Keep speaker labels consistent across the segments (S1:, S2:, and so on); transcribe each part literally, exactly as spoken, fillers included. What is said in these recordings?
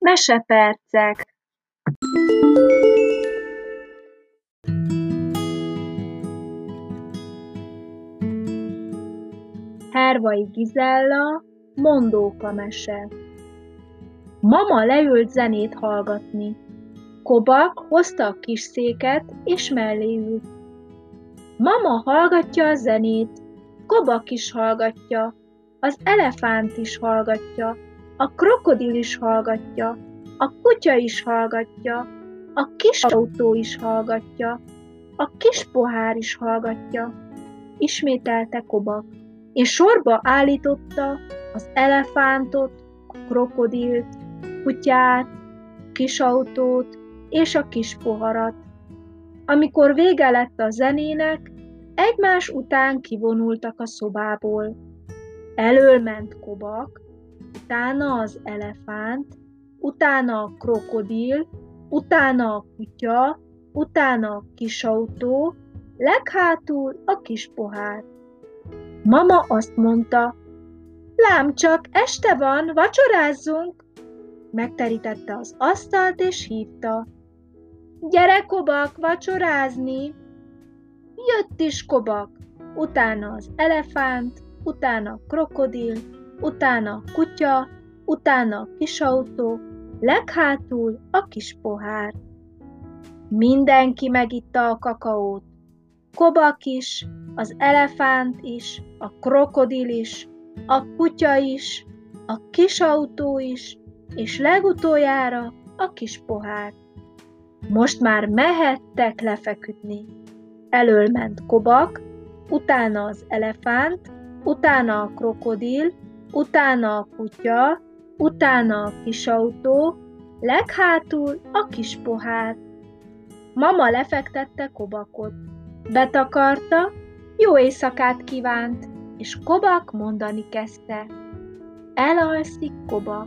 S1: Mesepercek. Hervai Gizella, Mondóka mese. Mama leült zenét hallgatni. Kobak hozta a kis széket, és mellé ült. Mama hallgatja a zenét, Kobak is hallgatja, az elefánt is hallgatja, a krokodil is hallgatja, a kutya is hallgatja, a kis autó is hallgatja, a kis pohár is hallgatja, ismételte Kobak, és sorba állította az elefántot, a krokodilt, kutyát, kis autót és a kis poharat. Amikor vége lett a zenének, egymás után kivonultak a szobából. Elől ment Kobak, utána az elefánt, utána a krokodil, utána a kutya, utána a kis autó, leghátul a kis pohár. Mama azt mondta, lám csak, este van, vacsorázzunk! Megterítette az asztalt és hívta. Gyere, Kobak, vacsorázni! Jött is Kobak, utána az elefánt, utána a krokodil, utána a kutya, utána a kis autó, leghátul a kis pohár. Mindenki megitta a kakaót. Kobak is, az elefánt is, a krokodil is, a kutya is, a kis autó is, és legutoljára a kis pohár. Most már mehettek lefeküdni. Elől ment Kobak, utána az elefánt, utána a krokodil, utána a kutya, utána a kis autó, leghátul a kis pohár. Mama lefektette Kobakot. Betakarta, jó éjszakát kívánt, és Kobak mondani kezdte. Elalszik Kobak,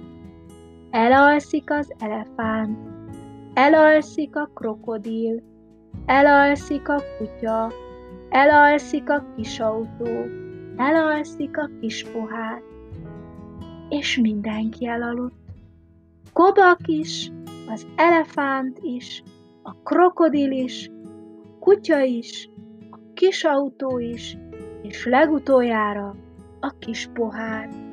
S1: elalszik az elefánt, elalszik a krokodil, elalszik a kutya, elalszik a kis autó, elalszik a kis pohár. És mindenki elaludt. Kobak is, az elefánt is, a krokodil is, a kutya is, a kis autó is, és legutoljára a kis pohár.